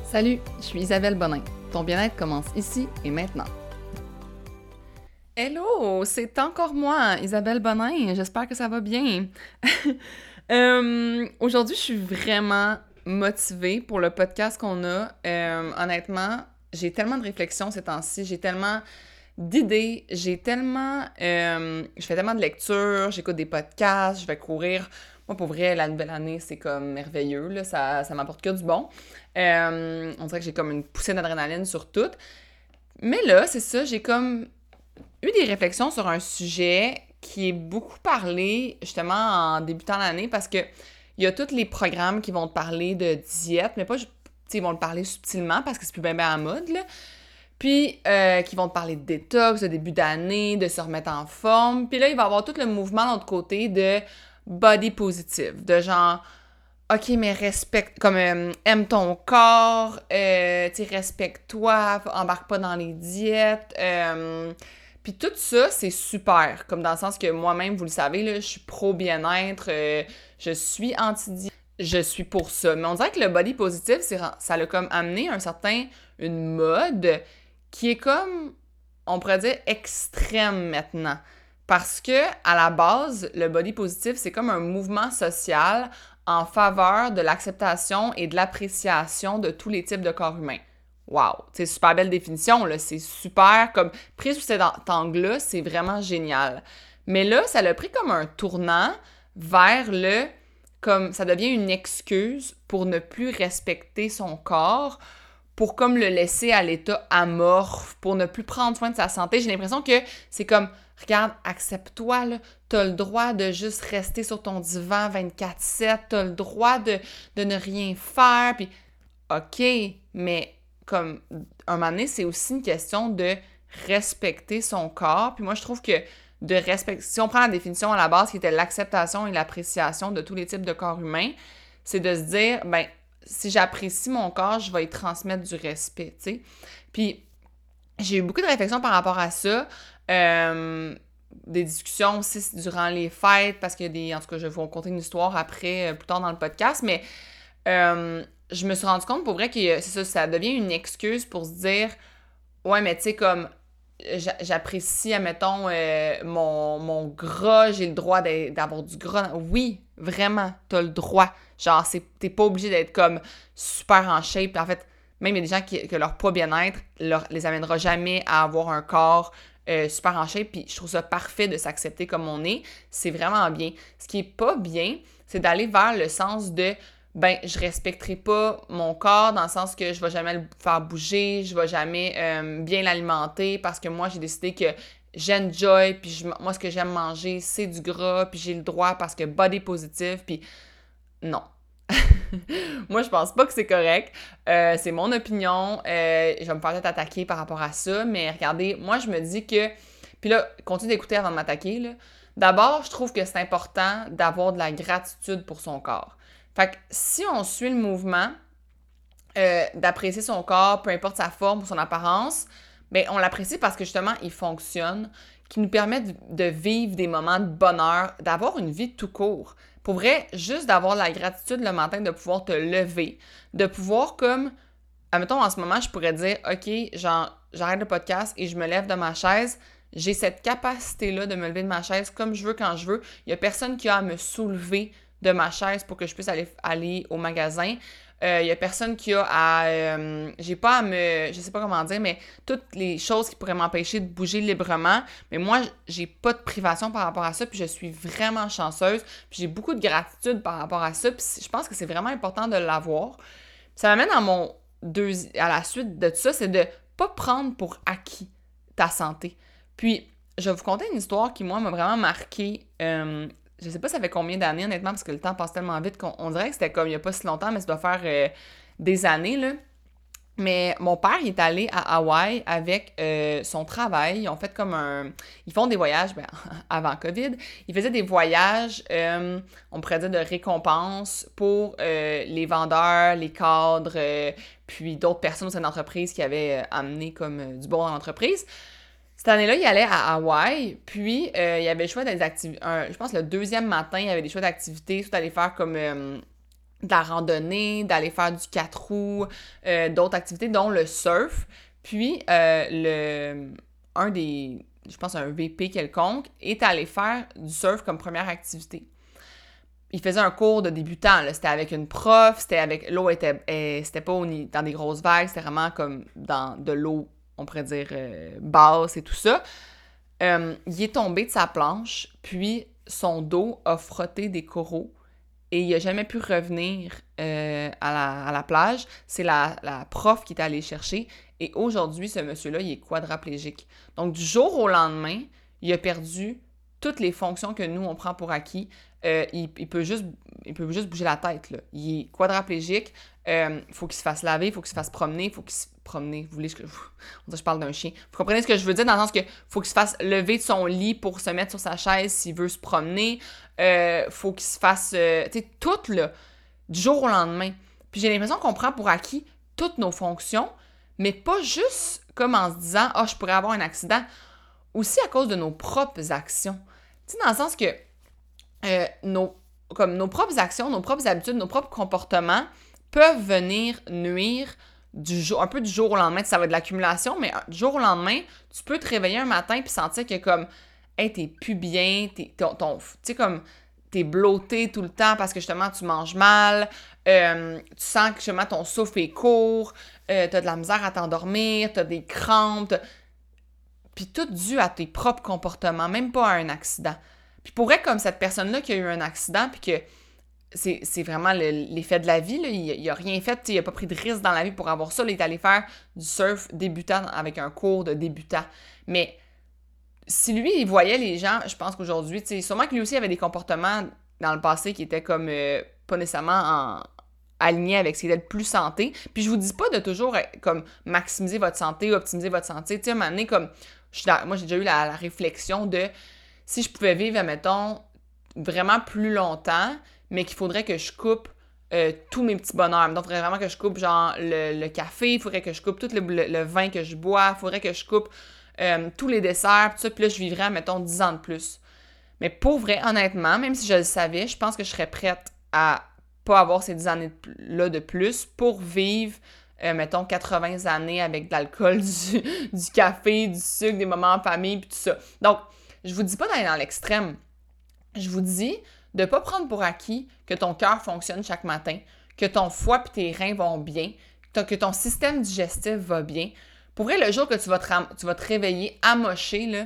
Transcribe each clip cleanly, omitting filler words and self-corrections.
Salut, je suis Isabelle Bonin. Ton bien-être commence ici et maintenant. Hello, c'est encore moi, Isabelle Bonin. J'espère que ça va bien. Aujourd'hui, je suis vraiment motivée pour le podcast qu'on a. Honnêtement, j'ai tellement de réflexions ces temps-ci, j'ai tellement d'idées, je fais tellement de lectures, j'écoute des podcasts, je vais courir. Moi, pour vrai, la nouvelle année, c'est comme merveilleux, là, ça m'apporte que du bon. On dirait que j'ai comme une poussée d'adrénaline sur tout. Mais là, c'est ça, j'ai comme eu des réflexions sur un sujet qui est beaucoup parlé justement en débutant l'année parce que il y a tous les programmes qui vont te parler de diète, mais pas, tu sais, ils vont te parler subtilement parce que c'est plus bien à mode, là. Puis, qui vont te parler de détox, de début d'année, de se remettre en forme. Puis là, il va y avoir tout le mouvement de l'autre côté de body positive, de genre, OK, mais respecte, comme, aime ton corps, tu sais, respecte-toi, embarque pas dans les diètes. Puis tout ça, c'est super, comme dans le sens que moi-même, vous le savez, là, je suis pro-bien-être, je suis anti-diète, je suis pour ça. Mais on dirait que le body positive, ça l'a comme amené une mode qui est comme, on pourrait dire, extrême maintenant. Parce que, à la base, le body positive, c'est comme un mouvement social en faveur de l'acceptation et de l'appréciation de tous les types de corps humains. Wow! C'est super belle définition, là. C'est super, comme, pris sous cet angle-là, c'est vraiment génial. Mais là, ça l'a pris comme un tournant vers comme, ça devient une excuse pour ne plus respecter son corps, pour comme le laisser à l'état amorphe, pour ne plus prendre soin de sa santé. J'ai l'impression que c'est comme, regarde, accepte-toi, là, t'as le droit de juste rester sur ton divan 24/7, t'as le droit de ne rien faire, puis OK, mais comme, un moment donné, c'est aussi une question de respecter son corps, puis moi, je trouve que si on prend la définition à la base, qui était l'acceptation et l'appréciation de tous les types de corps humains, c'est de se dire, ben, si j'apprécie mon corps, je vais y transmettre du respect, tu sais. Puis, j'ai eu beaucoup de réflexions par rapport à ça. Des discussions aussi durant les fêtes, parce qu'il y a des... En tout cas, je vais vous raconter une histoire après, plus tard dans le podcast, mais je me suis rendu compte, pour vrai, que c'est ça devient une excuse pour se dire, ouais, mais tu sais, comme, j'apprécie, admettons, mon gras, j'ai le droit d'avoir du gras. Oui, vraiment, t'as le droit. Genre, t'es pas obligé d'être comme super en shape. En fait, même il y a des gens que leur poids bien-être les amènera jamais à avoir un corps super en shape. Puis je trouve ça parfait de s'accepter comme on est. C'est vraiment bien. Ce qui est pas bien, c'est d'aller vers le sens de ben, je respecterai pas mon corps dans le sens que je vais jamais le faire bouger, je vais jamais bien l'alimenter parce que moi, j'ai décidé que j'enjoy, puis moi, ce que j'aime manger, c'est du gras, puis j'ai le droit parce que body positive, puis non. Moi, je pense pas que c'est correct. C'est mon opinion. Je vais me faire peut-être attaquer par rapport à ça, mais regardez, moi, je me dis que... Puis là, continue d'écouter avant de m'attaquer, là. D'abord, je trouve que c'est important d'avoir de la gratitude pour son corps. Fait que si on suit le mouvement d'apprécier son corps, peu importe sa forme ou son apparence, ben on l'apprécie parce que justement, il fonctionne, qui nous permet de vivre des moments de bonheur, d'avoir une vie tout court. Pour vrai, juste d'avoir de la gratitude le matin, de pouvoir te lever, de pouvoir comme, admettons en ce moment, je pourrais dire, OK, genre, j'arrête le podcast et je me lève de ma chaise. J'ai cette capacité-là de me lever de ma chaise comme je veux, quand je veux. Il n'y a personne qui a à me soulever de ma chaise pour que je puisse aller au magasin. Il y a personne qui a j'ai pas à me... Je sais pas comment dire, mais toutes les choses qui pourraient m'empêcher de bouger librement. Mais moi, j'ai pas de privation par rapport à ça, puis je suis vraiment chanceuse. Puis j'ai beaucoup de gratitude par rapport à ça, puis je pense que c'est vraiment important de l'avoir. Puis ça m'amène à la suite de tout ça, c'est de pas prendre pour acquis ta santé. Puis, je vais vous conter une histoire qui, moi, m'a vraiment marquée. Je sais pas ça fait combien d'années, honnêtement, parce que le temps passe tellement vite qu'on dirait que c'était comme il y a pas si longtemps, mais ça doit faire des années, là. Mais mon père, il est allé à Hawaï avec son travail. Ils ont fait comme Ils font des voyages, ben, avant COVID. Ils faisaient des voyages, on pourrait dire, de récompense pour les vendeurs, les cadres, puis d'autres personnes au sein de l'entreprise qui avaient amené comme du bon dans l'entreprise. Cette année-là, il allait à Hawaï, puis il y avait le choix des activités. Je pense le deuxième matin, il y avait des choix d'activités. Tout allait faire comme de la randonnée, d'aller faire du 4 roues, d'autres activités, dont le surf. Puis, je pense un VP quelconque, est allé faire du surf comme première activité. Il faisait un cours de débutant, là. C'était avec une prof, l'eau c'était pas dans des grosses vagues, c'était vraiment comme dans de l'eau, on pourrait dire, basse et tout ça. Il est tombé de sa planche, puis son dos a frotté des coraux et il n'a jamais pu revenir à la plage. C'est la prof qui est allée chercher et aujourd'hui, ce monsieur-là, il est quadraplégique. Donc, du jour au lendemain, il a perdu toutes les fonctions que nous, on prend pour acquis. Il peut juste bouger la tête, là. Il est quadraplégique. Faut qu'il se fasse laver, faut qu'il se fasse promener, vous voulez que je parle d'un chien. Vous comprenez ce que je veux dire dans le sens que faut qu'il se fasse lever de son lit pour se mettre sur sa chaise s'il veut se promener. Faut qu'il se fasse, tu sais, tout, là, du jour au lendemain. Puis j'ai l'impression qu'on prend pour acquis toutes nos fonctions, mais pas juste comme en se disant « Ah, je pourrais avoir un accident », aussi à cause de nos propres actions. Tu sais, dans le sens que nos propres actions, nos propres habitudes, nos propres comportements peuvent venir nuire un peu du jour au lendemain. Ça va être de l'accumulation, mais du jour au lendemain, tu peux te réveiller un matin puis sentir que comme, hey, t'es plus bien, tu sais, comme, t'es bloaté tout le temps parce que justement, tu manges mal, tu sens que justement, ton souffle est court, t'as de la misère à t'endormir, t'as des crampes, puis tout dû à tes propres comportements, même pas à un accident. Puis pour vrai, comme cette personne-là qui a eu un accident, puis que c'est vraiment l'effet de la vie, là, il a rien fait, il a pas pris de risque dans la vie pour avoir ça, là, il est allé faire du surf débutant avec un cours de débutant. Mais si lui, il voyait les gens, je pense qu'aujourd'hui, sûrement que lui aussi avait des comportements dans le passé qui étaient comme pas nécessairement alignés avec ce qui était le plus santé. Puis je vous dis pas de toujours comme maximiser votre santé, optimiser votre santé. Tu sais, à un moment donné, comme moi j'ai déjà eu la réflexion de si je pouvais vivre, admettons, vraiment plus longtemps, mais qu'il faudrait que je coupe tous mes petits bonheurs. Donc, il faudrait vraiment que je coupe, genre, le café, il faudrait que je coupe tout le vin que je bois, il faudrait que je coupe tous les desserts, tout ça, puis là, je vivrais, mettons, 10 ans de plus. Mais pour vrai, honnêtement, même si je le savais, je pense que je serais prête à pas avoir ces 10 années-là de plus pour vivre, mettons, 80 années avec de l'alcool, du café, du sucre, des moments en famille, puis tout ça. Donc, je vous dis pas d'aller dans l'extrême. Je vous dis de pas prendre pour acquis que ton cœur fonctionne chaque matin, que ton foie et tes reins vont bien, que ton système digestif va bien. Pour vrai, le jour que tu vas te réveiller amoché, là,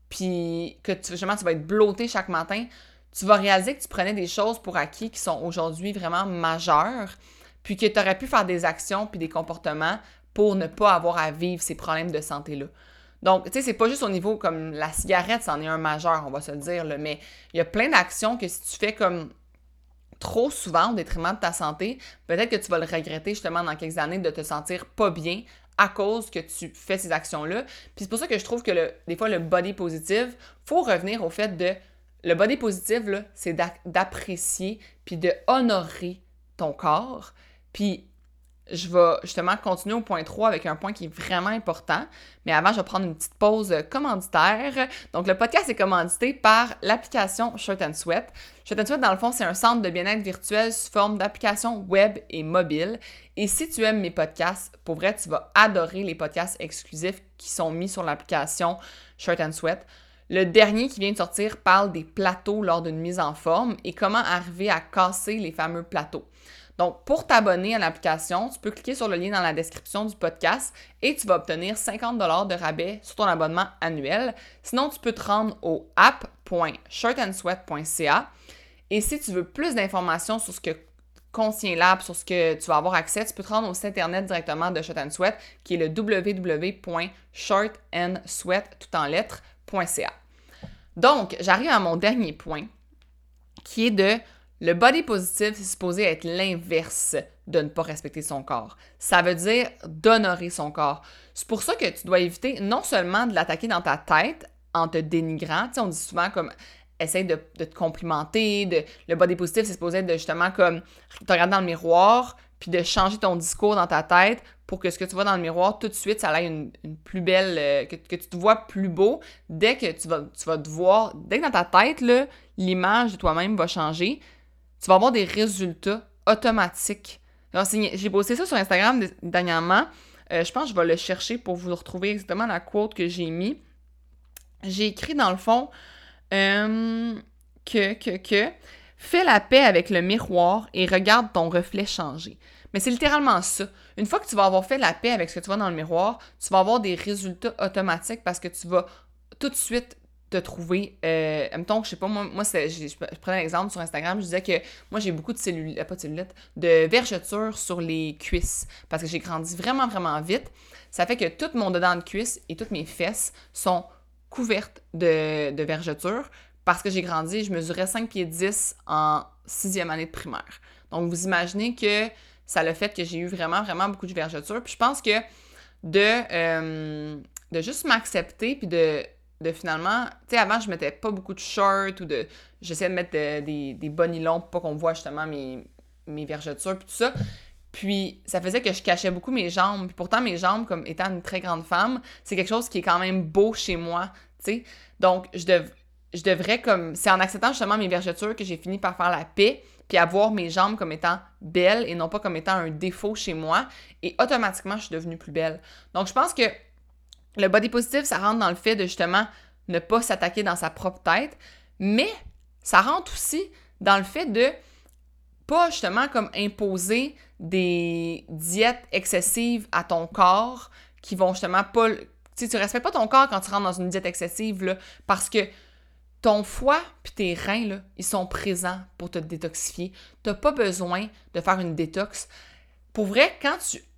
puis que justement, tu vas être bloaté chaque matin, tu vas réaliser que tu prenais des choses pour acquis qui sont aujourd'hui vraiment majeures, puis que tu aurais pu faire des actions puis des comportements pour ne pas avoir à vivre ces problèmes de santé-là. Donc, tu sais, c'est pas juste au niveau comme la cigarette, c'en est un majeur, on va se le dire, là, mais il y a plein d'actions que si tu fais comme trop souvent au détriment de ta santé, peut-être que tu vas le regretter justement dans quelques années de te sentir pas bien à cause que tu fais ces actions-là. Puis c'est pour ça que je trouve que des fois, le body positive, faut revenir au fait de... Le body positive, là, c'est d'apprécier puis de honorer ton corps. Puis je vais justement continuer au point 3 avec un point qui est vraiment important. Mais avant, je vais prendre une petite pause commanditaire. Donc, le podcast est commandité par l'application Shirt & Sweat. Shirt & Sweat, dans le fond, c'est un centre de bien-être virtuel sous forme d'application web et mobile. Et si tu aimes mes podcasts, pour vrai, tu vas adorer les podcasts exclusifs qui sont mis sur l'application Shirt & Sweat. Le dernier qui vient de sortir parle des plateaux lors d'une mise en forme et comment arriver à casser les fameux plateaux. Donc, pour t'abonner à l'application, tu peux cliquer sur le lien dans la description du podcast et tu vas obtenir 50 $ de rabais sur ton abonnement annuel. Sinon, tu peux te rendre au app.shirtandsweat.ca et si tu veux plus d'informations sur ce que contient l'app, sur ce que tu vas avoir accès, tu peux te rendre au site internet directement de Shirt & Sweat qui est le www.shirtandsweat.ca. Donc, j'arrive à mon dernier point qui est le body positive, c'est supposé être l'inverse de ne pas respecter son corps. Ça veut dire d'honorer son corps. C'est pour ça que tu dois éviter non seulement de l'attaquer dans ta tête en te dénigrant, tu sais, on dit souvent comme essaye de te complimenter, le body positive, c'est supposé être justement comme te regarder dans le miroir puis de changer ton discours dans ta tête pour que ce que tu vois dans le miroir, tout de suite, ça ait une plus belle... que tu te vois plus beau dès que tu vas te voir... Dès que dans ta tête, là, l'image de toi-même va changer, tu vas avoir des résultats automatique. Alors, j'ai posté ça sur Instagram dernièrement. Je pense que je vais le chercher pour vous retrouver exactement la quote que j'ai mis. J'ai écrit dans le fond que fais la paix avec le miroir et regarde ton reflet changer. Mais c'est littéralement ça. Une fois que tu vas avoir fait la paix avec ce que tu vois dans le miroir, tu vas avoir des résultats automatiques parce que tu vas tout de suite te trouver, mettons, je sais pas, moi je prenais un exemple sur Instagram, je disais que moi j'ai beaucoup de de vergetures sur les cuisses parce que j'ai grandi vraiment, vraiment vite. Ça fait que tout mon dedans de cuisse et toutes mes fesses sont couvertes de vergetures parce que j'ai grandi, je mesurais 5 pieds 10 en 6e année de primaire. Donc vous imaginez que ça a le fait que j'ai eu vraiment, vraiment beaucoup de vergetures. Puis je pense que de juste m'accepter puis de finalement, tu sais, avant, je mettais pas beaucoup de shorts ou j'essayais de mettre des bas nylons pour pas qu'on voit justement mes vergetures puis tout ça. Puis ça faisait que je cachais beaucoup mes jambes. Puis pourtant, mes jambes, comme étant une très grande femme, c'est quelque chose qui est quand même beau chez moi, tu sais. Donc, je devrais comme... C'est en acceptant justement mes vergetures que j'ai fini par faire la paix puis avoir mes jambes comme étant belles et non pas comme étant un défaut chez moi. Et automatiquement, je suis devenue plus belle. Donc, je pense que le body positive, ça rentre dans le fait de justement ne pas s'attaquer dans sa propre tête, mais ça rentre aussi dans le fait de pas justement comme imposer des diètes excessives à ton corps qui vont justement pas... Tu sais, tu respectes pas ton corps quand tu rentres dans une diète excessive, là, parce que ton foie puis tes reins, là, ils sont présents pour te détoxifier. T'as pas besoin de faire une détox. Pour vrai, quand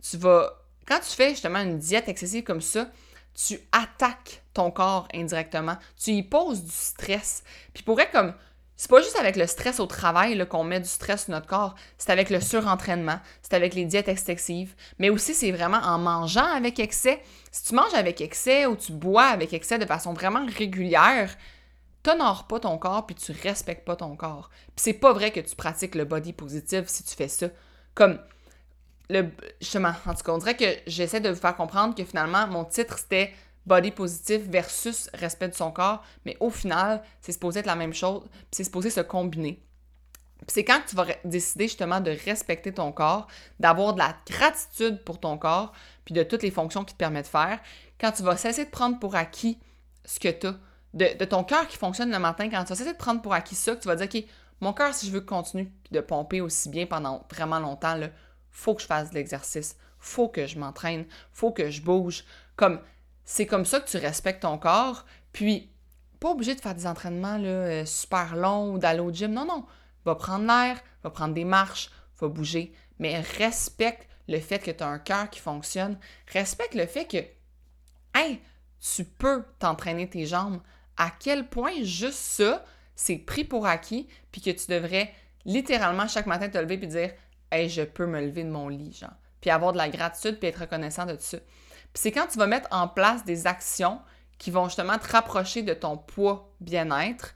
quand tu fais justement une diète excessive comme ça, tu attaques ton corps indirectement. Tu y poses du stress. Puis pour vrai, comme, c'est pas juste avec le stress au travail là, qu'on met du stress sur notre corps, c'est avec le surentraînement, c'est avec les diètes excessives, mais aussi c'est vraiment en mangeant avec excès. Si tu manges avec excès ou tu bois avec excès de façon vraiment régulière, t'honores pas ton corps puis tu respectes pas ton corps. Puis c'est pas vrai que tu pratiques le body positive si tu fais ça. Comme, justement, en tout cas, on dirait que j'essaie de vous faire comprendre que finalement, mon titre, c'était body positif versus respect de son corps, mais au final, c'est supposé être la même chose, puis c'est supposé se combiner. Puis c'est quand tu vas décider justement de respecter ton corps, d'avoir de la gratitude pour ton corps, puis de toutes les fonctions qu'il te permet de faire, quand tu vas cesser de prendre pour acquis ce que tu as, de ton cœur qui fonctionne le matin, quand tu vas cesser de prendre pour acquis ça, que tu vas dire, OK, mon cœur, si je veux continuer de pomper aussi bien pendant vraiment longtemps, là, faut que je fasse de l'exercice, faut que je m'entraîne, faut que je bouge. C'est comme ça que tu respectes ton corps, puis pas obligé de faire des entraînements là, super longs ou d'aller au gym. Non, non. Va prendre l'air, va prendre des marches, va bouger, mais respecte le fait que tu as un cœur qui fonctionne. Respecte le fait que, hey, tu peux t'entraîner tes jambes. À quel point juste ça, c'est pris pour acquis, puis que tu devrais littéralement chaque matin te lever et dire « Hey, je peux me lever de mon lit, genre. » Puis avoir de la gratitude, puis être reconnaissant de tout ça. Puis c'est quand tu vas mettre en place des actions qui vont justement te rapprocher de ton poids bien-être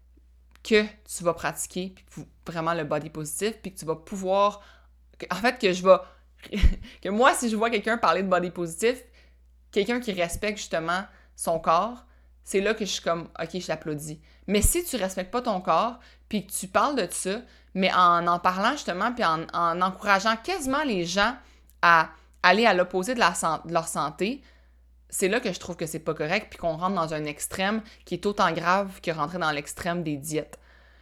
que tu vas pratiquer puis vraiment le body positif, puis que tu vas pouvoir... En fait, que moi, si je vois quelqu'un parler de body positif, quelqu'un qui respecte justement son corps, c'est là que je suis comme, OK, je l'applaudis. Mais si tu respectes pas ton corps, puis que tu parles de ça, mais en parlant justement, puis en encourageant quasiment les gens à aller à l'opposé de leur santé, c'est là que je trouve que c'est pas correct, puis qu'on rentre dans un extrême qui est autant grave que rentrer dans l'extrême des diètes.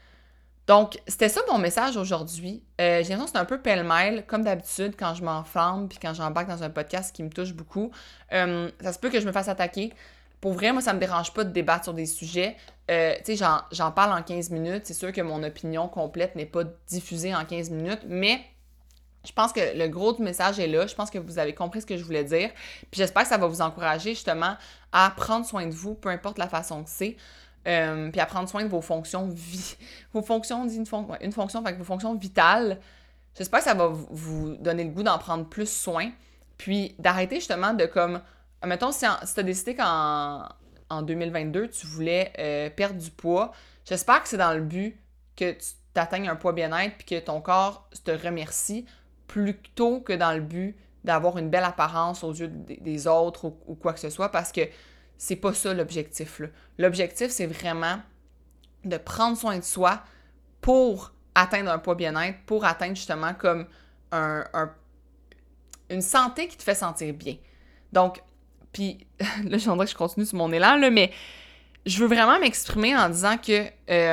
Donc, c'était ça mon message aujourd'hui. J'ai l'impression que c'est un peu pêle-mêle, comme d'habitude, quand je m'enflamme, puis quand j'embarque dans un podcast qui me touche beaucoup. Ça se peut que je me fasse attaquer. Pour vrai, moi, ça me dérange pas de débattre sur des sujets. Tu sais, j'en parle en 15 minutes. C'est sûr que mon opinion complète n'est pas diffusée en 15 minutes, mais je pense que le gros du message est là. Je pense que vous avez compris ce que je voulais dire. Puis j'espère que ça va vous encourager justement à prendre soin de vous, peu importe la façon que c'est. Puis à prendre soin de vos fonctions vos fonctions vitales. J'espère que ça va vous donner le goût d'en prendre plus soin. Puis d'arrêter justement de comme... Mettons, si tu as décidé qu'en 2022, tu voulais perdre du poids, j'espère que c'est dans le but que tu t'atteignes un poids bien-être puis que ton corps te remercie plutôt que dans le but d'avoir une belle apparence aux yeux des autres ou quoi que ce soit, parce que c'est pas ça l'objectif, là. L'objectif, c'est vraiment de prendre soin de soi pour atteindre un poids bien-être, pour atteindre justement comme une santé qui te fait sentir bien. Donc, puis là, j'aimerais que je continue sur mon élan, là, mais je veux vraiment m'exprimer en disant que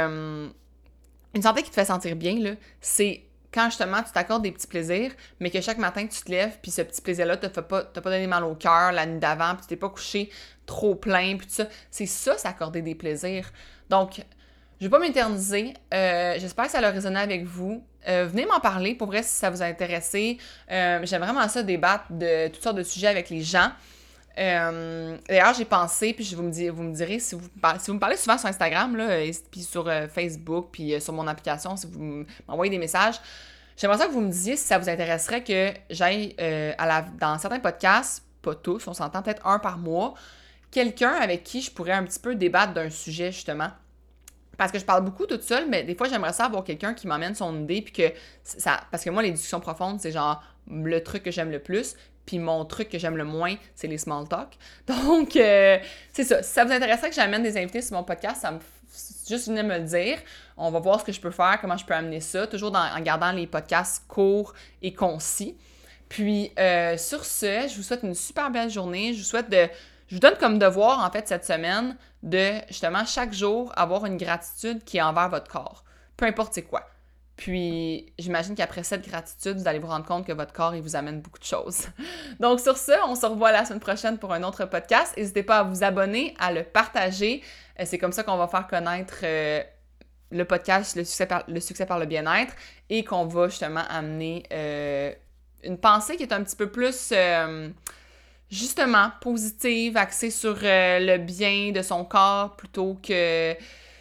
une santé qui te fait sentir bien, là, c'est quand justement tu t'accordes des petits plaisirs, mais que chaque matin tu te lèves, puis ce petit plaisir-là t'as pas donné mal au cœur la nuit d'avant, puis tu t'es pas couché trop plein, puis tout ça. C'est s'accorder des plaisirs. Donc, je vais pas m'éterniser. J'espère que ça a résonné avec vous. Venez m'en parler, pour vrai, si ça vous a intéressé. J'aime vraiment ça, débattre de toutes sortes de sujets avec les gens. D'ailleurs, j'ai pensé, puis vous me direz si vous me parlez souvent sur Instagram, là, puis sur Facebook, puis sur mon application, si vous m'envoyez des messages, j'aimerais ça que vous me disiez si ça vous intéresserait que j'aille dans certains podcasts, pas tous, on s'entend peut-être un par mois, quelqu'un avec qui je pourrais un petit peu débattre d'un sujet, justement. Parce que je parle beaucoup toute seule, mais des fois, j'aimerais ça avoir quelqu'un qui m'emmène son idée, puis que ça... Parce que moi, les discussions profondes, c'est genre le truc que j'aime le plus, puis mon truc que j'aime le moins, c'est les small talk. Donc, c'est ça. Si ça vous intéresserait que j'amène des invités sur mon podcast, juste venez me le dire. On va voir ce que je peux faire, comment je peux amener ça, toujours en gardant les podcasts courts et concis. Puis, sur ce, je vous souhaite une super belle journée. Je vous donne comme devoir, en fait, cette semaine, de, justement, chaque jour, avoir une gratitude qui est envers votre corps. Peu importe c'est quoi. Puis, j'imagine qu'après cette gratitude, vous allez vous rendre compte que votre corps, il vous amène beaucoup de choses. Donc, sur ce, on se revoit la semaine prochaine pour un autre podcast. N'hésitez pas à vous abonner, à le partager. C'est comme ça qu'on va faire connaître le podcast le succès par le bien-être et qu'on va, justement, amener une pensée qui est un petit peu plus... justement, positive, axée sur le bien de son corps plutôt que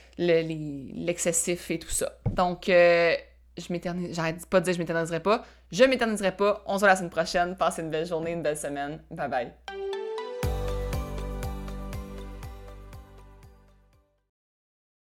l'excessif et tout ça. Donc, j'arrête pas de dire je m'éterniserai pas. Je m'éterniserai pas. On se voit la semaine prochaine. Passez une belle journée, une belle semaine. Bye bye.